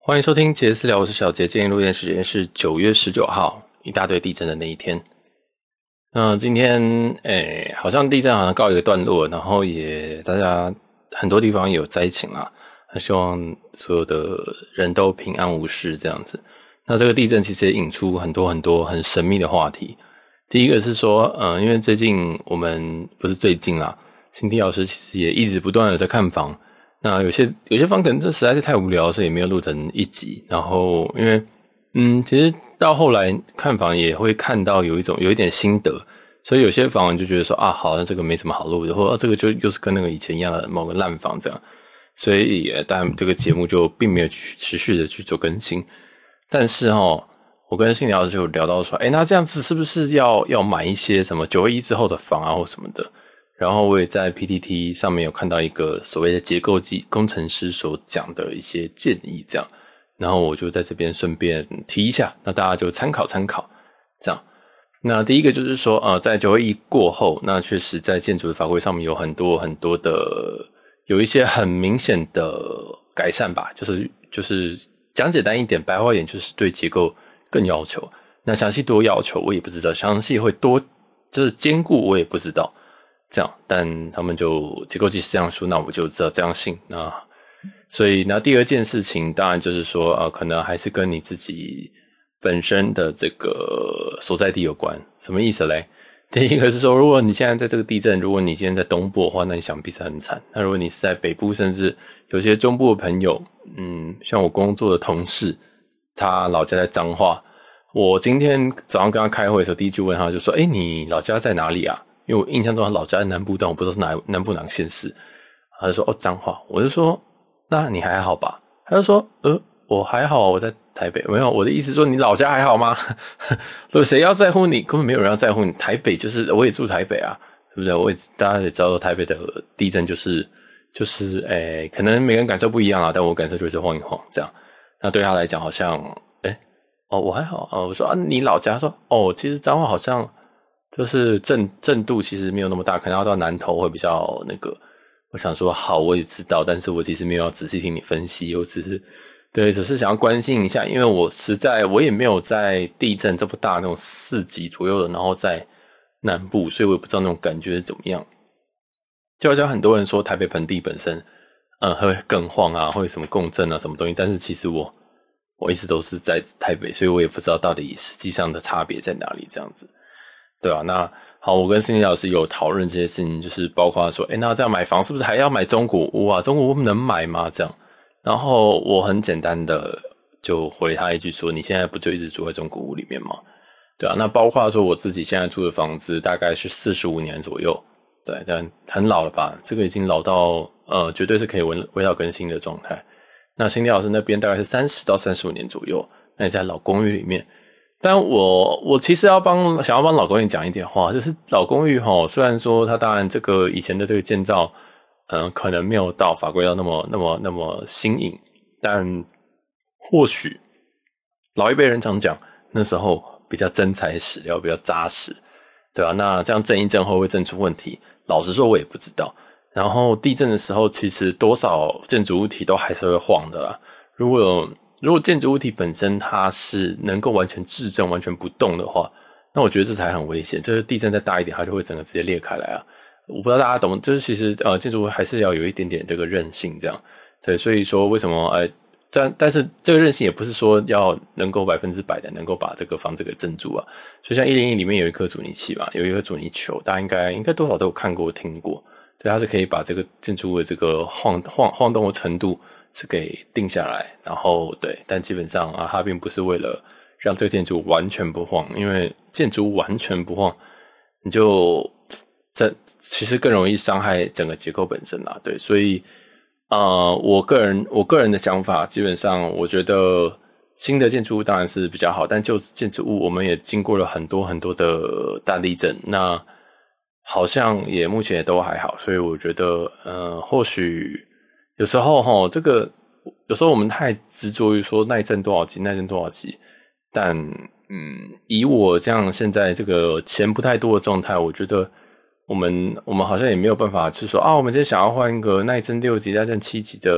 欢迎收听杰私聊，我是小杰。建议录音时间是9月19号，一大堆地震的那一天。今天好像地震好像告一个段落，然后也大家很多地方也有灾情啦，希望所有的人都平安无事这样子。那这个地震其实也引出很多很多很神秘的话题。第一个是说因为最近我们不是最近啦，辛迪老师其实也一直不断的在看房。那有些房可能这实在是太无聊，所以也没有录成一集。然后因为其实到后来看房也会看到有一点心得，所以有些房就觉得说好，那这个没什么好录的，或者这个就又是跟那个以前一样的某个烂房这样。所以当然这个节目就并没有持续的去做更新。但是我跟辛迪老师就有聊到说那这样子是不是要买一些什么921之后的房或什么的。然后我也在 PTT 上面有看到一个所谓的结构工程师所讲的一些建议这样，然后我就在这边顺便提一下，那大家就参考这样。那第一个就是说在921过后，那确实在建筑的法规上面有很多很多的有一些很明显的改善吧，就是讲简单一点，白话一点就是对结构更要求。那详细多要求我也不知道，详细会多就是兼顾我也不知道。这样，但他们就结构技师这样说，那我就知道这样信。那所以第二件事情当然就是说可能还是跟你自己本身的这个所在地有关。什么意思嘞？第一个是说，如果你现在在这个地震，如果你今天在东部的话，那你想必是很惨。那如果你是在北部，甚至有些中部的朋友，像我工作的同事，他老家在彰化。我今天早上跟他开会的时候，第一句问他就说你老家在哪里啊？因为我印象中他老家在南部，但我不知道是南部哪个县市。他就说彰化。我就说那你还好吧？他就说我还好，我在台北。没有，我的意思说你老家还好吗？谁要在乎你？根本没有人要在乎你。台北就是我也住台北啊，对不对？大家也知道台北的地震就是可能每个人感受不一样啊，但我感受就是晃一晃这样。那对他来讲好像我还好我说你老家？他说其实彰化好像就是震度其实没有那么大，可能要到南投会比较那个。我想说好，我也知道，但是我其实没有要仔细听你分析，我只是想要关心一下，因为我也没有在地震这么大那种4级左右的，然后在南部，所以我也不知道那种感觉是怎么样。就好像很多人说台北盆地本身会更晃啊，会什么共振啊什么东西，但是其实我一直都是在台北，所以我也不知道到底实际上的差别在哪里这样子。对吧？那好，我跟辛迪老师有讨论这些事情，就是包括说那这样买房是不是还要买中古屋啊？中古屋能买吗？这样。然后我很简单的就回他一句说，你现在不就一直住在中古屋里面吗？对啊，那包括说我自己现在住的房子大概是45年左右，对，但很老了吧？这个已经老到绝对是可以回到更新的状态。那辛迪老师那边大概是30到35年左右，那也在老公寓里面。但我其实想要帮老公寓讲一点话，就是老公寓虽然说它当然这个以前的这个建造可能没有到法规到那么新颖，但或许老一辈人常讲那时候比较真材实料，比较扎实，对吧？那这样震一震会不会震出问题？老实说我也不知道。然后地震的时候其实多少建筑物体都还是会晃的啦。如果建筑物体本身它是能够完全制震完全不动的话，那我觉得这才很危险。这个地震再大一点它就会整个直接裂开来啊。我不知道大家懂，就是其实建筑物还是要有一点点这个韧性这样。对，所以说为什么但是这个韧性也不是说要能够100%的能够把这个房子给镇住啊。所以像101里面有一颗阻尼器吧，有一颗阻尼球，大家应该多少都有看过听过。对，它是可以把这个建筑物的这个晃动的程度是给定下来，然后对，但基本上它并不是为了让这个建筑完全不晃，因为建筑完全不晃，你就其实更容易伤害整个结构本身啦。对，所以我个人的想法，基本上我觉得新的建筑物当然是比较好，但旧建筑物我们也经过了很多很多的大地震，那好像也目前也都还好，所以我觉得或许有时候有时候我们太执着于说耐震多少级，但以我这样现在这个钱不太多的状态，我觉得我们好像也没有办法去说我们今天想要换一个耐震6级、耐震7级的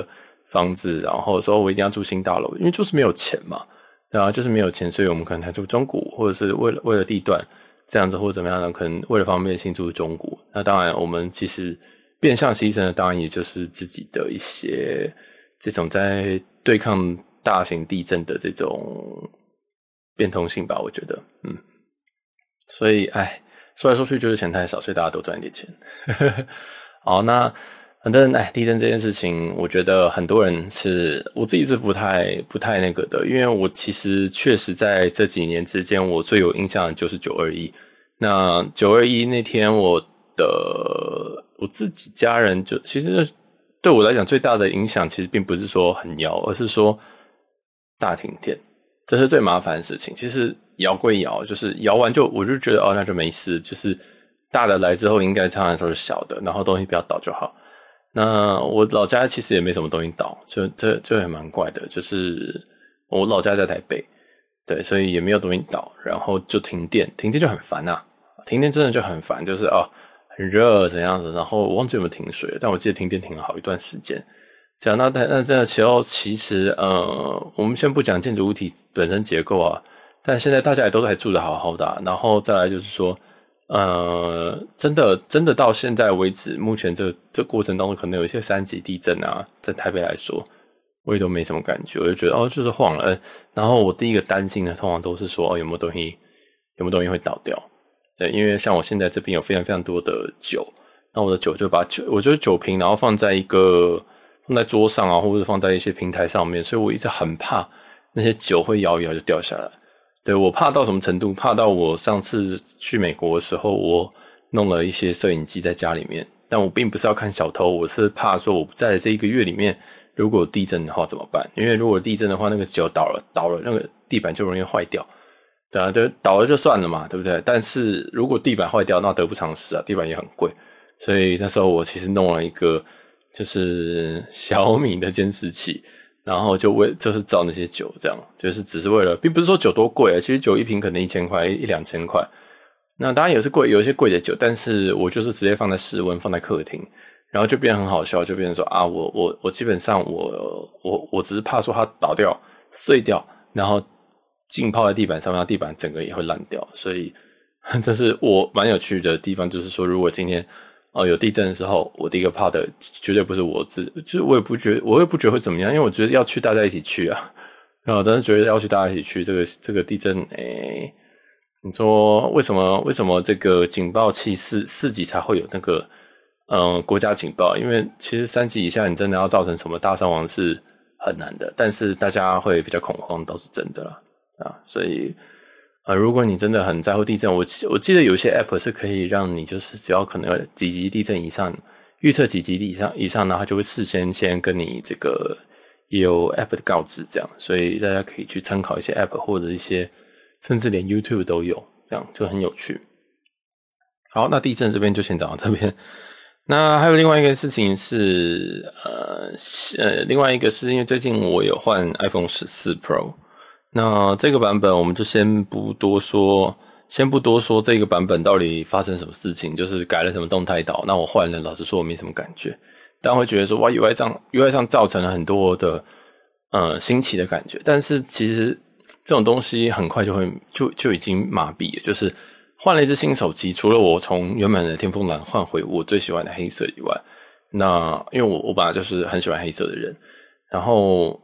房子，然后说我一定要住新大楼，因为就是没有钱嘛，对啊，就是没有钱，所以我们可能还住中古，或者是为了地段这样子，或者怎么样呢？可能为了方便性住中古。那当然，我们其实变相牺牲的，当然也就是自己的一些这种在对抗大型地震的这种变通性吧，我觉得，所以，说来说去就是钱太少，所以大家都赚一点钱。好，那反正地震这件事情，我觉得很多人我自己是不太那个的，因为我其实确实在这几年之间，我最有印象的就是921。那921那天，我自己家人其实对我来讲最大的影响，其实并不是说很摇，而是说大停电，这是最麻烦的事情。其实摇归摇，就是摇完我就觉得那就没事，就是大的来之后应该常常说是小的，然后东西不要倒就好。那我老家其实也没什么东西倒，这也蛮怪的，就是我老家在台北，对，所以也没有东西倒，然后就停电就很烦啊，停电真的就很烦，就是很热怎样子，然后我忘记有没有停水了，但我记得停电停了好一段时间。这样，那这个时候其实我们先不讲建筑物体本身结构啊，但现在大家也都还住得好好的啊，然后再来就是说。真的到现在为止，目前这过程当中可能有一些3级地震啊，在台北来说，我也都没什么感觉，我就觉得就是晃了。然后我第一个担心的通常都是说有没有东西会倒掉。对，因为像我现在这边有非常非常多的酒，那我的酒我就是酒瓶，然后放在桌上啊，或者放在一些平台上面，所以我一直很怕那些酒会摇一摇就掉下来。对，我怕到什么程度？怕到我上次去美国的时候，我弄了一些摄影机在家里面，但我并不是要看小偷，我是怕说我在这1个月里面，如果有地震的话怎么办？因为如果地震的话，那个酒倒了，那个地板就容易坏掉。对啊，就倒了就算了嘛，对不对？但是如果地板坏掉，那得不偿失啊，地板也很贵。所以那时候我其实弄了一个就是小米的监视器。然后就是找那些酒，这样就是只是为了，并不是说酒多贵其实酒一瓶可能1000块1-2000块，那当然也是贵，有一些贵的酒，但是我就是直接放在室温，放在客厅，然后就变得很好笑，就变成说我基本上我只是怕说它倒掉碎掉，然后浸泡在地板上面，然后地板整个也会烂掉，所以这是我蛮有趣的地方，就是说如果今天有地震的时候，我第一个怕的绝对不是就是我也不觉得会怎么样，因为我觉得要去大家一起去啊，然后真的觉得要去大家一起去，这个地震，你说为什么这个警报器四级才会有那个国家警报？因为其实3级以下你真的要造成什么大伤亡是很难的，但是大家会比较恐慌倒是真的啦所以。如果你真的很在乎地震，我记得有些 app 是可以让你就是只要可能有几级地震以上，预测几级以上，然后它就会事先跟你这个也有 app 的告知这样，所以大家可以去参考一些 app 或者一些甚至连 YouTube 都有，这样就很有趣。好，那地震这边就先讲到这边。那还有另外一个事情是另外一个是因为最近我有换 iPhone 14 Pro。那这个版本我们就先不多说这个版本到底发生什么事情，就是改了什么动态岛。那我换了，老实说我没什么感觉，但会觉得说哇 UI 上造成了很多的新奇的感觉，但是其实这种东西很快就已经麻痹了，就是换了一只新手机，除了我从原本的天枫蓝换回我最喜欢的黑色以外，那因为我本来就是很喜欢黑色的人，然后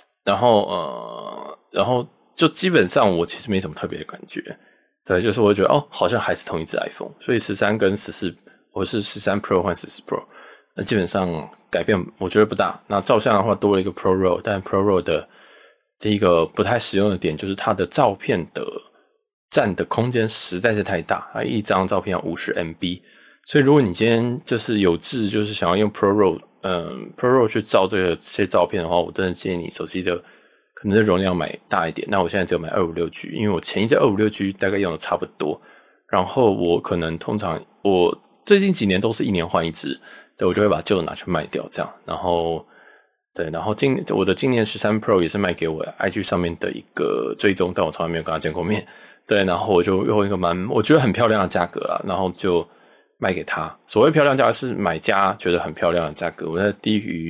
就基本上我其实没什么特别的感觉，对，就是我觉得好像还是同一只 iPhone， 所以13跟14，我是13 Pro 换14 Pro， 那基本上改变我觉得不大。那照相的话多了一个 Pro Raw， 但 Pro Raw 的第一个不太实用的点就是它的照片的占的空间实在是太大，它一张照片要50 MB， 所以如果你今天就是有志就是想要用 Pro Raw 去照这些照片的话，我真的建议你手机的可能是容量买大一点。那我现在只有买 256G， 因为我前一支 256G 大概用的差不多，然后我可能通常我最近几年都是1年换一支，对，我就会把旧的拿去卖掉这样。然后我的今年13 Pro 也是卖给我 IG 上面的一个追踪，但我从来没有跟他见过面，对，然后我就用一个我觉得很漂亮的价格啊，然后就卖给他。所谓漂亮价格是买家觉得很漂亮的价格，我在低于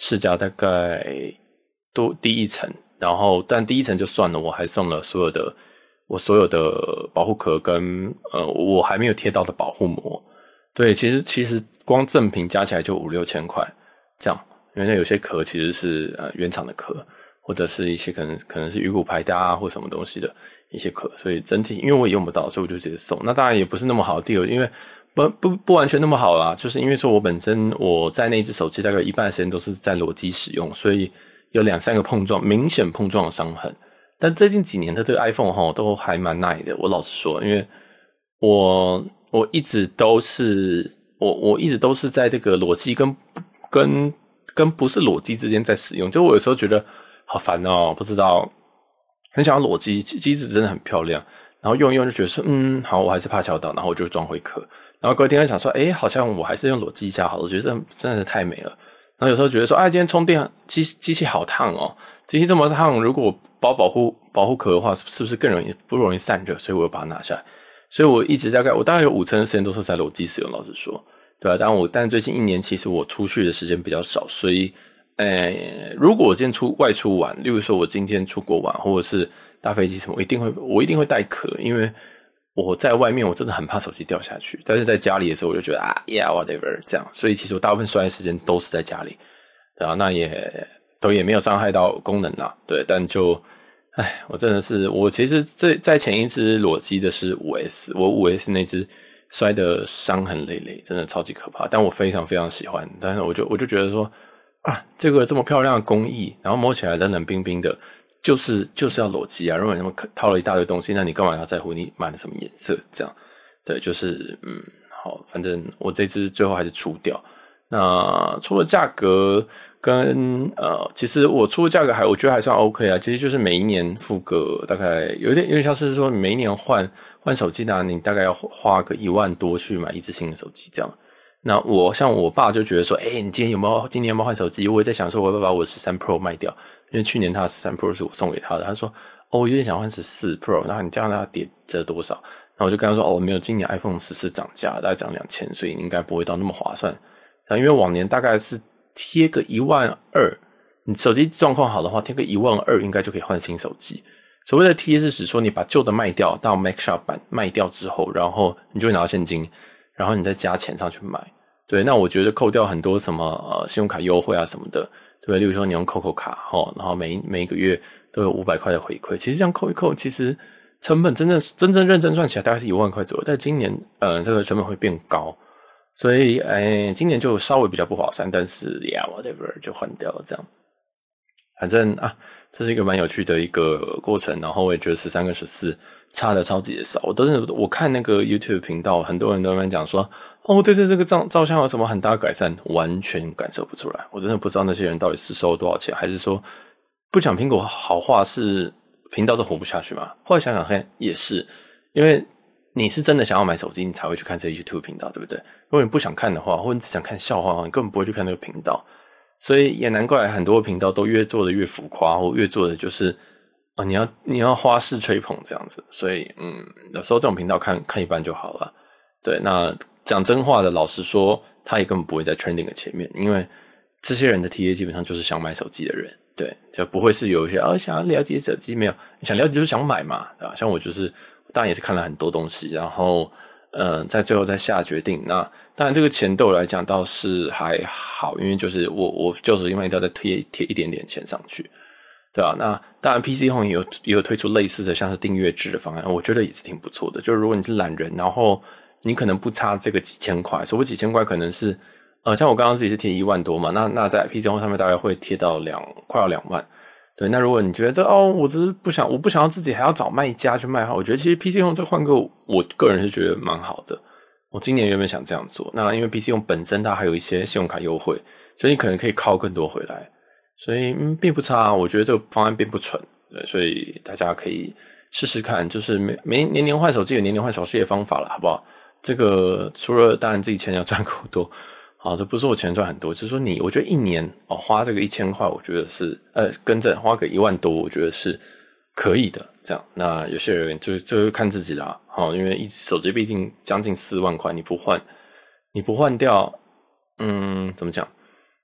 市价大概多低一层，然后但第一层就算了，我还送了我所有的保护壳跟我还没有贴到的保护膜。对，其实光赠品加起来就5-6千块这样，因为那有些壳其实是原厂的壳，或者是一些可能是鱼骨排搭啊或什么东西的一些壳，所以整体因为我也用不到，所以我就直接送。那当然也不是那么好的 deal， 因为不完全那么好啦，就是因为说我本身我在那只手机大概一半的时间都是在裸机使用，所以有2-3个碰撞，明显碰撞的伤痕。但最近几年的这个 iPhone 都还蛮耐的，我老实说，因为我一直都是我一直都是在这个裸机跟不是裸机之间在使用，就我有时候觉得好烦哦，不知道很想要裸机，机子真的很漂亮，然后用一用就觉得说好，我还是怕敲到，然后我就装回壳。然后隔天想说，好像我还是用裸机加好了，我觉得真的是太美了。然后有时候觉得说，今天充电机器好烫哦，机器这么烫，如果包保护壳的话，是不是不容易散热？所以我又把它拿下来。所以我我大概有50%的时间都是在裸机使用，老实说，对啊。但最近1年其实我出去的时间比较少，所以如果我今天外出玩，例如说我今天出国玩，或者是搭飞机什么，我一定会带壳，因为我在外面我真的很怕手机掉下去，但是在家里的时候我就觉得yeah whatever 这样，所以其实我大部分摔的时间都是在家里，对啊，那也没有伤害到功能啦，对，但就我真的是我其实在前一支裸机的是5S， 我5S 那支摔的伤痕累累，真的超级可怕，但我非常非常喜欢，但是我就觉得说这个这么漂亮的工艺，然后摸起来冷冷冰冰的。就是要裸机啊！如果你们套了一大堆东西，那你干嘛要在乎你买了什么颜色？这样，对，就是好，反正我这支最后还是出掉。那出了价格跟其实我出的价格我觉得还算 OK 啊。其实就是每一年付个大概有点像是说，你每一年换手机呢，你大概要花个1万多去买一支新的手机这样。那像我爸就觉得说，你今年有没有换手机？我也在想说，我要不要把我13 Pro 卖掉，因为去年他的13 Pro 是我送给他的。他说，我有点想换14 Pro，那你这样让他跌折多少？然后我就跟他说，没有，今年 iPhone 14涨价，大概涨2000，所以应该不会到那么划算。因为往年大概是贴个12000，你手机状况好的话，贴个12000应该就可以换新手机。所谓的贴是指说，你把旧的卖掉到 Max Shop 版卖掉之后，然后你就会拿到现金。然后你再加钱上去买，对，那我觉得扣掉很多什么信用卡优惠啊什么的，对，例如说你用 COCO 卡然后每一个月都有500块的回馈，其实这样扣一扣，其实成本真正认真算起来大概是1万块左右，但今年这个成本会变高，所以今年就稍微比较不划算，但是 yeah whatever 就换掉了这样。反正这是一个蛮有趣的一个过程，然后我也觉得13跟14差的超级的少。我看那个 YouTube 频道，很多人都在讲说，这次这个照相有什么很大改善，完全感受不出来。我真的不知道那些人到底是收多少钱，还是说不讲苹果好话是频道是活不下去嘛？后来想想看，也是，因为你是真的想要买手机，你才会去看这 YouTube 频道，对不对？如果你不想看的话，或者你只想看笑话，你根本不会去看那个频道。所以也难怪很多频道都越做的越浮夸，或越做的就是你要花式吹捧这样子。所以有时候这种频道看一半就好了。对，那讲真话的，老实说，他也根本不会在 trending 的前面，因为这些人的 TA 基本上就是想买手机的人，对，就不会是有一些想要了解手机，没有，你想了解就是想买嘛，对吧？像我就是当然也是看了很多东西，然后在最后再下决定。那当然这个钱对我来讲倒是还好，因为就是我就是因为要再贴一点点钱上去，对啊。那当然 PC Home 也有推出类似的像是订阅制的方案，我觉得也是挺不错的。就是如果你是懒人，然后你可能不差这个几千块，所谓几千块可能是像我刚刚自己是贴1万多嘛，那在 PC Home 上面大概会贴到快要2万。对，那如果你觉得我只是我不想要自己还要找卖家去卖，我觉得其实 PC Home 这换个我个人是觉得蛮好的。我今年原本想这样做，那因为 PC Home 本身它还有一些信用卡优惠，所以你可能可以靠更多回来，所以并不差，我觉得这个方案并不蠢，对，所以大家可以试试看，就是年年换手机有年年换手机的方法了，好不好？这个除了当然自己钱要赚够多。好，这不是我钱赚很多，就是说我觉得一年花这个1000块，我觉得是跟着花个1万多，我觉得是可以的。这样，那有些人就看自己啦。因为手机毕竟将近4万块，你不换掉，怎么讲？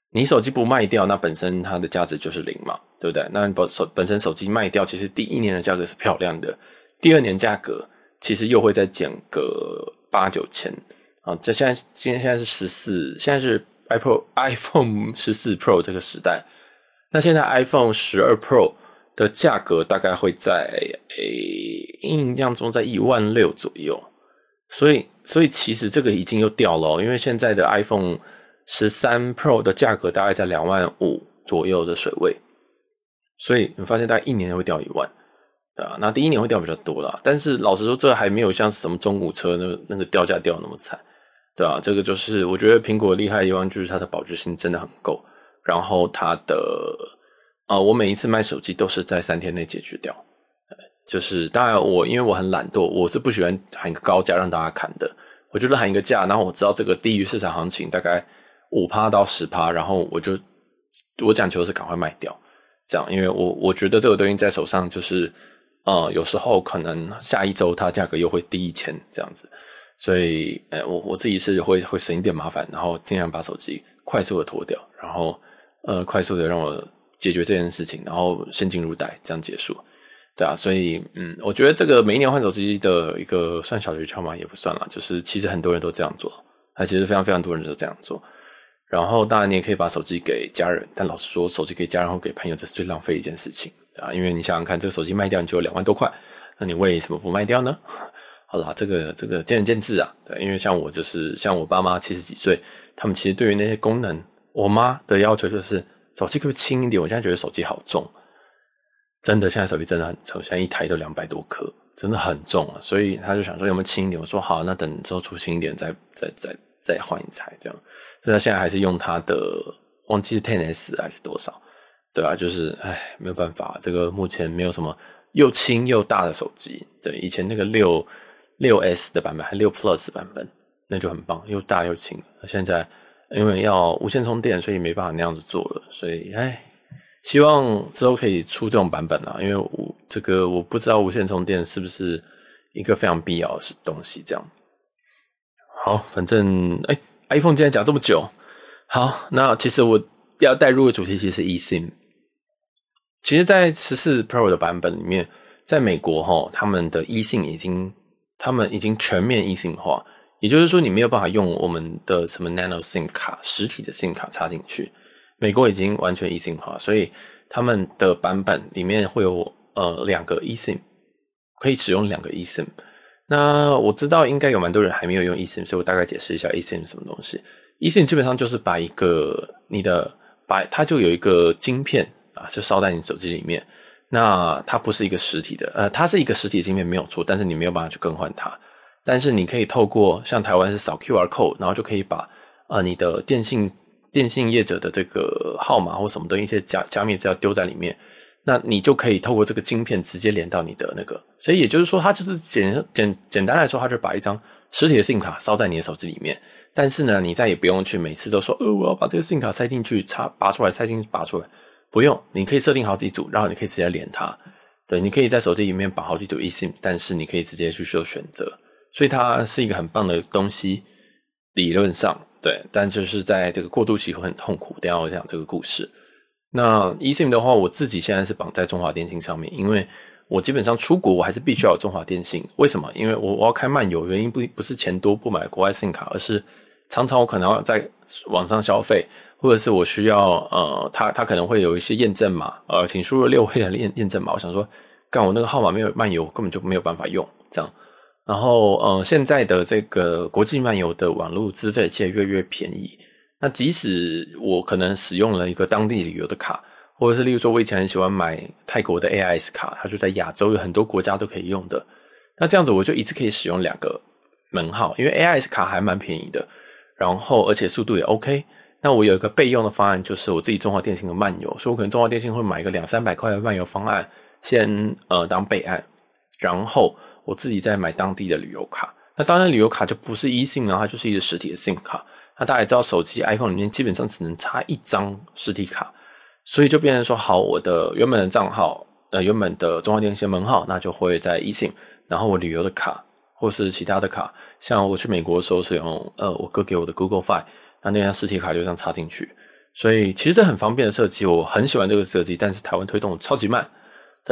你手机不卖掉，那本身它的价值就是零嘛，对不对？那本身手机卖掉，其实第一年的价格是漂亮的，第二年价格其实又会再减个8-9千啊。这现在是14，现在是 iPhone 14 Pro 这个时代。那现在 iPhone 12 Pro 的价格大概会在印象中在16000左右，所以其实这个已经又掉了因为现在的 iPhone 13 Pro 的价格大概在25000左右的水位，所以你发现大概一年会掉1万，对啊，那第一年会掉比较多啦，但是老实说，这还没有像什么中古车那个掉价掉那么惨，对啊，这个就是我觉得苹果厉害的地方就是它的保值性真的很够，然后它的我每一次卖手机都是在3天内解决掉，就是当然因为我很懒惰，我是不喜欢喊一个高价让大家砍的，我觉得喊一个价，然后我知道这个低于市场行情大概5%到10%，然后我讲求是赶快卖掉，这样，因为我觉得这个东西在手上就是有时候可能下一周它价格又会低1000这样子，所以我自己是会省一点麻烦，然后尽量把手机快速的脱掉，然后快速的让我解决这件事情，然后现金入袋这样结束。对啊，所以我觉得这个每一年换手机的一个算小诀窍嘛，也不算啦，就是其实很多人都这样做，其实非常非常多人都这样做。然后当然你也可以把手机给家人，但老实说，手机给家人或给朋友这是最浪费的一件事情啊，因为你想想看，这个手机卖掉你就有2万多块，那你为什么不卖掉呢？好啦，这个见仁见智啊，对，因为像我爸妈70几岁，他们其实对于那些功能，我妈的要求就是手机可不可以轻一点？我现在觉得手机好重。真的，现在手机真的很重，现在一台都200多克，真的很重啊。所以他就想说有没有轻一点？我说好，那等之后出轻一点再换一台这样。所以他现在还是用他的，忘记是 10S 还是多少，对啊，就是没有办法，这个目前没有什么又轻又大的手机。对，以前那个6S 的版本还6 Plus 版本，那就很棒，又大又轻。现在因为要无线充电，所以没办法那样子做了，所以希望之后可以出这种版本因为我不知道无线充电是不是一个非常必要的东西这样。好，反正iPhone 今天讲这么久，好，那其实我要带入的主题其实是 eSIM。其实在14 Pro 的版本里面，在美国他们的 eSIM 他们已经全面 eSIM 化，也就是说你没有办法用我们的什么 Nano SIM 卡实体的 SIM 卡插进去，美国已经完全 eSIM 化，所以他们的版本里面会有2个 eSIM， 可以使用2个 eSIM。那我知道应该有蛮多人还没有用 eSIM， 所以我大概解释一下 eSIM 是什么东西。eSIM 基本上就是把它就有一个晶片就烧在你手机里面。那它不是一个实体的，它是一个实体晶片没有错，但是你没有办法去更换它。但是你可以透过像台湾是扫 QR code， 然后就可以把你的电信业者的这个号码或什么的一些加密资料丢在里面，那你就可以透过这个晶片直接连到你的那个，所以也就是说它就是简单来说，它就把一张实体的 SIM 卡烧在你的手机里面，但是呢你再也不用去每次都说我要把这个 SIM 卡塞进去拔出来，塞进去拔出来，不用，你可以设定好几组，然后你可以直接连它。对，你可以在手机里面绑好几组 eSIM， 但是你可以直接去做选择，所以它是一个很棒的东西，理论上对，但就是在这个过渡期会很痛苦，等一下我讲这个故事。那 eSIM 的话，我自己现在是绑在中华电信上面，因为我基本上出国我还是必须要有中华电信。为什么？因为我要开漫游，原因不是钱多不买国外 SIM 卡，而是常常我可能要在网上消费，或者是我需要它可能会有一些验证码，请输入6位的验证码。我想说，我那个号码没有漫游，根本就没有办法用这样。然后现在的这个国际漫游的网络资费其实越来越便宜。那即使我可能使用了一个当地旅游的卡，或者是例如说我以前很喜欢买泰国的 AIS 卡，它就在亚洲有很多国家都可以用的。那这样子我就一次可以使用2个门号，因为 AIS 卡还蛮便宜的，然后而且速度也 OK。那我有一个备用的方案，就是我自己中华电信的漫游，所以我可能中华电信会买一个200-300块的漫游方案，先当备案，然后我自己再买当地的旅游卡。那当然旅游卡就不是 eSIM 它就是一个实体的 SIM 卡。那大家也知道手机 iPhone 里面基本上只能插1张实体卡，所以就变成说好，我的原本的账号原本的中华电信门号那就会在 eSIM， 然后我旅游的卡或是其他的卡，像我去美国的时候是用我哥给我的 Google Fi， 那张实体卡就这样插进去。 所以其实这很方便的设计，我很喜欢这个设计，但是台湾推动超级慢。对，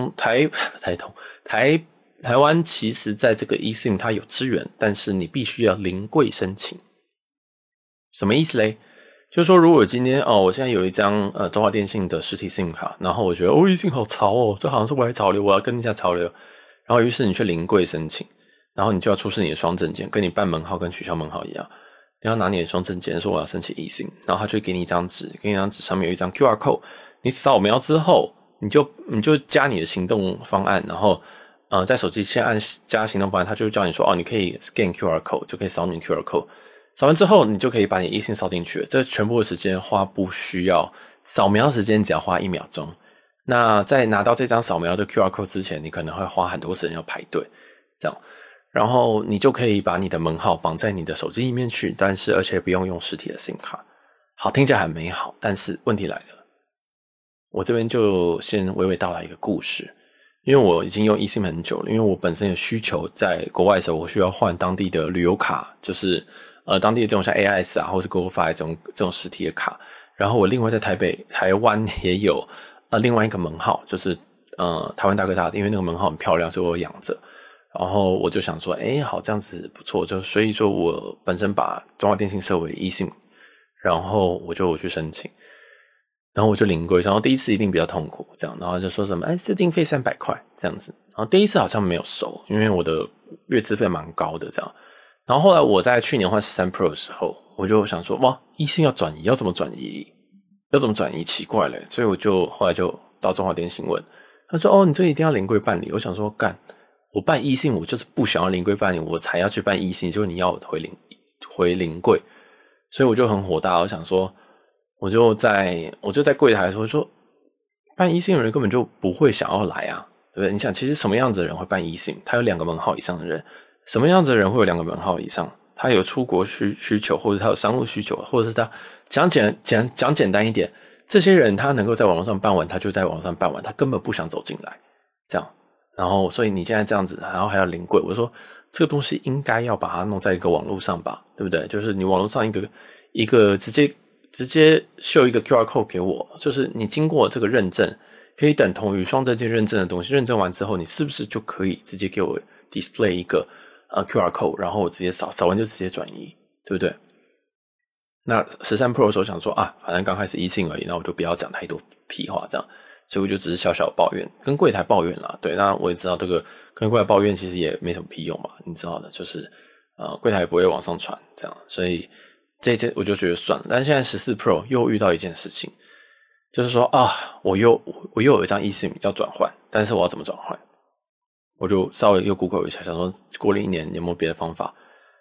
台湾其实在这个 eSIM 它有支援，但是你必须要临柜申请。什么意思嘞？就是说，如果今天我现在有一张中华电信的实体 SIM 卡，然后我觉得eSIM 好潮哦，这好像是未来潮流，我要跟一下潮流。然后于是你去临柜申请，然后你就要出示你的双证件，跟你办门号跟取消门号一样，你要拿你的双证件说我要申请 eSIM， 然后他就会给你一张纸，给你一张纸上面有一张 QR code， 你扫描之后，你就加你的行动方案，然后在手机先按加行动方案，他就叫你说你可以 scan QR code， 就可以扫你 QR code。扫完之后，你就可以把你 eSIM 扫进去了。这全部的时间花不需要，扫描时间只要花1秒钟。那在拿到这张扫描的 QR code 之前，你可能会花很多时间要排队，这样。然后你就可以把你的门号绑在你的手机里面去，而且不用用实体的 SIM 卡。好，听起来很美好，但是问题来了，我这边就先娓娓道来一个故事。因为我已经用 eSIM 很久了，因为我本身有需求，在国外的时候我需要换当地的旅游卡，就是当地的这种像 AIS 或是 GoFi 这种实体的卡。然后我另外在台湾也有另外一个门号，就是台湾大哥大的，因为那个门号很漂亮，所以我养着。然后我就想说好，这样子不错，所以说我本身把中华电信设为 eSIM， 然后我就去申请。然后我就临柜，然后第一次一定比较痛苦，这样，然后就说什么设定费300块这样子，然后第一次好像没有收，因为我的月资费蛮高的这样。然后后来我在去年换13 Pro 的时候，我就想说哇，eSIM要转移，要怎么转移？要怎么转移？奇怪了，所以我就后来就到中华电信问，他说你这个一定要临柜办理。我想说干，我办 eSIM 我就是不想要临柜办理，我才要去办 eSIM， 结果你要我回临柜，所以我就很火大，我想说。我就在柜台说办 eSIM 的人根本就不会想要来啊，对不对？你想，其实什么样子的人会办 eSIM？ 他有2个门号以上的人，什么样子的人会有2个门号以上？他有出国需求，或者他有商务需求，或者是他讲简单一点，这些人他能够在网络上办完，他就在网络上办完，他根本不想走进来，这样。然后，所以你现在这样子，然后还要临柜，我说这个东西应该要把它弄在一个网络上吧，对不对？就是你网络上一个直接秀一个 QR code 给我，就是你经过这个认证，可以等同于双证件认证的东西，认证完之后，你是不是就可以直接给我 display 一个QR code， 然后我直接扫完就直接转移，对不对？那13 Pro 的时候想说反正刚开始eSIM而已，那我就不要讲太多屁话这样，所以我就只是小小抱怨，跟柜台抱怨啦。对，那我也知道这个跟柜台抱怨其实也没什么屁用嘛，你知道的，就是柜台也不会往上传这样，所以这些我就觉得算了。但现在14 Pro 又遇到一件事情，就是说我又有一张 eSIM 要转换，但是我要怎么转换？我就稍微又 Google 一下，想说过了1年有没有别的方法。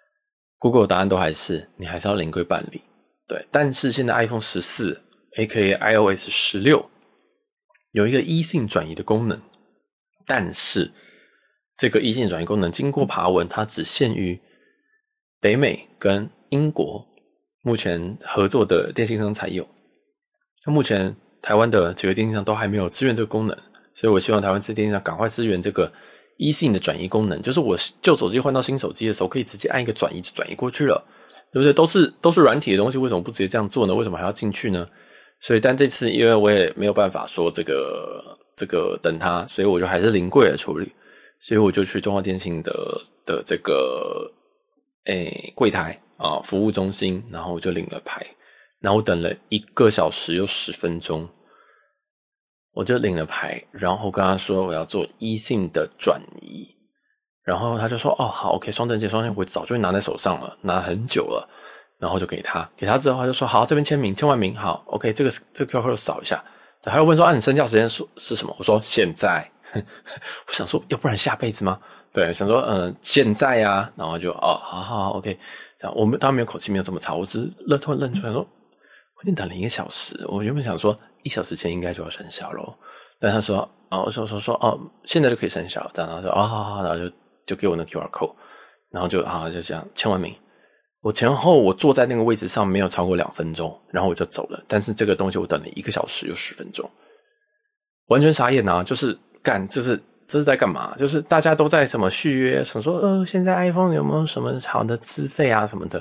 Google 答案都还是你还是要临柜办理。对，但是现在 iPhone 14 aka iOS 16有一个 eSIM 转移的功能，但是这个 eSIM 转移功能经过爬文，它只限于北美跟英国目前合作的电信商才有。那目前台湾的几个电信商都还没有支援这个功能，所以我希望台湾这电信商赶快支援这个 eSIM 的转移功能，就是我旧手机换到新手机的时候，可以直接按一个转移就转移过去了，对不对？都是软体的东西，为什么不直接这样做呢？为什么还要进去呢？所以但这次因为我也没有办法说这个等它，所以我就还是临柜来处理，所以我就去中华电信的这个柜台服务中心，然后我就领了牌，然后我等了1个小时又10分钟，我就领了牌，然后跟他说我要做 eSIM 的转移，然后他就说好 OK， 双证件我早就拿在手上了，拿很久了，然后就给他之后他就说好，这边签完名好 OK， 这个 QR code 扫一下。对，他就问说你生效时间是什么？我说现在我想说要不然下辈子吗？对，想说现在啊，然后就好 OK， 这样我们当然没有口气，没有这么差，我只是突然愣出来说我已经等了1个小时，我原本想说1小时前应该就要生效咯，但他说我说现在就可以生效，这样然后说好，然后就给我那 QR code， 然后就这样签完名。我前后我坐在那个位置上没有超过2分钟，然后我就走了。但是这个东西我等了1个小时又10分钟，完全傻眼啊！就是这是在干嘛？就是大家都在什么续约，想说现在 iPhone 有没有什么好的资费啊什么的，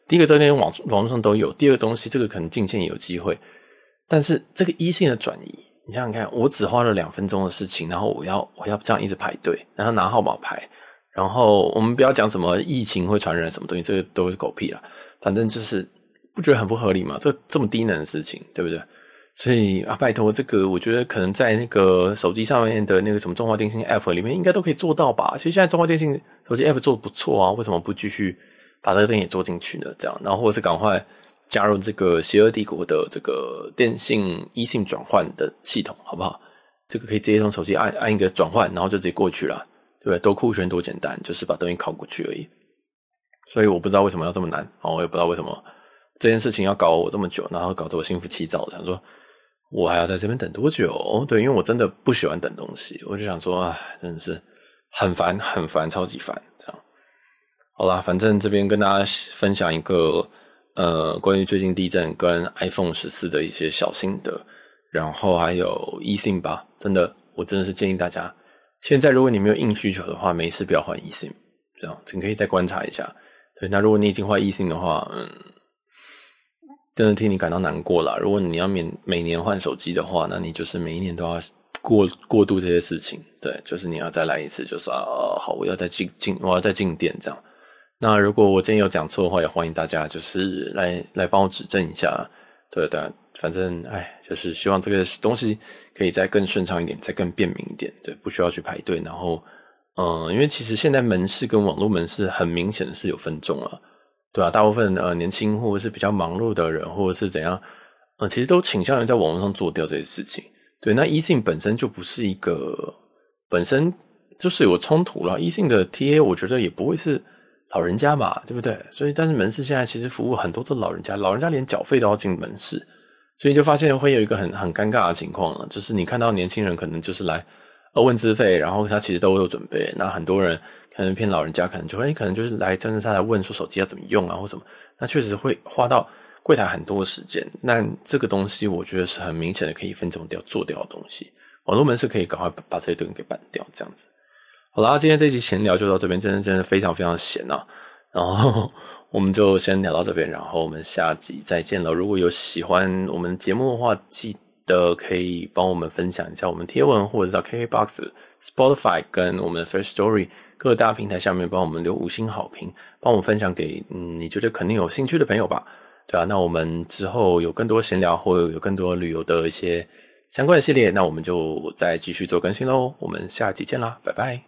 第一个这些网络上都有，第二个东西这个可能进线也有机会，但是这个一线的转移，你想想看，我只花了2分钟的事情，然后我要这样一直排队，然后拿号码牌，然后我们不要讲什么疫情会传染什么东西，这个都是狗屁啦，反正就是不觉得很不合理吗？这么低能的事情，对不对？所以拜托，这个我觉得可能在那个手机上面的那个什么中华电信 App 里面应该都可以做到吧。其实现在中华电信手机 App 做得不错啊，为什么不继续把这个东西也做进去呢？这样，然后或者是赶快加入这个邪恶帝国的这个电信 eSIM 转换的系统，好不好？这个可以直接从手机按一个转换，然后就直接过去了，对不对？多酷炫多简单，就是把东西拷过去而已。所以我不知道为什么要这么难，我也不知道为什么这件事情要搞我这么久，然后搞得我心浮气躁的，想说我还要在这边等多久？对，因为我真的不喜欢等东西，我就想说，真的是很烦，很烦，超级烦。这样，好啦，反正这边跟大家分享一个关于最近地震跟 iPhone 14的一些小心得，然后还有 eSIM 吧。真的，我真的是建议大家，现在如果你没有硬需求的话，没事不要换 eSIM， 这样你可以再观察一下。对，那如果你已经换 eSIM 的话，真的替你感到难过啦。如果你要每年换手机的话，那你就是每一年都要过渡这些事情。对，就是你要再来一次，就是好，我要再进店这样。那如果我今天有讲错的话，也欢迎大家就是来帮我指正一下。对，反正就是希望这个东西可以再更顺畅一点，再更便民一点。对，不需要去排队。然后因为其实现在门市跟网络门市很明显的是有分众了。对啊，大部分年轻或者是比较忙碌的人，或者是怎样，其实都倾向于在网络上做掉这些事情。对，那 eSIM 本身就不是一个，本身就是有冲突了。eSIM 的 TA 我觉得也不会是老人家嘛，对不对？所以，但是门市现在其实服务很多都老人家连缴费都要进门市，所以就发现会有一个很尴尬的情况了，就是你看到年轻人可能就是来问资费，然后他其实都有准备，那很多人可能偏老人家，可能就是来真的是来问说手机要怎么用啊或什么，那确实会花到柜台很多时间。那这个东西我觉得是很明显的可以分种掉做掉的东西，网络门市可以赶快把这些东西给办掉，这样子。好啦，今天这一集闲聊就到这边，真的非常非常闲啊。然后我们就先聊到这边，然后我们下集再见了。如果有喜欢我们节目的话，记得可以帮我们分享一下我们贴文，或者到 KKBOX、Spotify 跟我们的 First Story 各大平台下面帮我们留5星好评，帮我们分享给你觉得肯定有兴趣的朋友吧。对啊，那我们之后有更多闲聊，或者有更多旅游的一些相关的系列，那我们就再继续做更新咯。我们下集见啦，拜拜。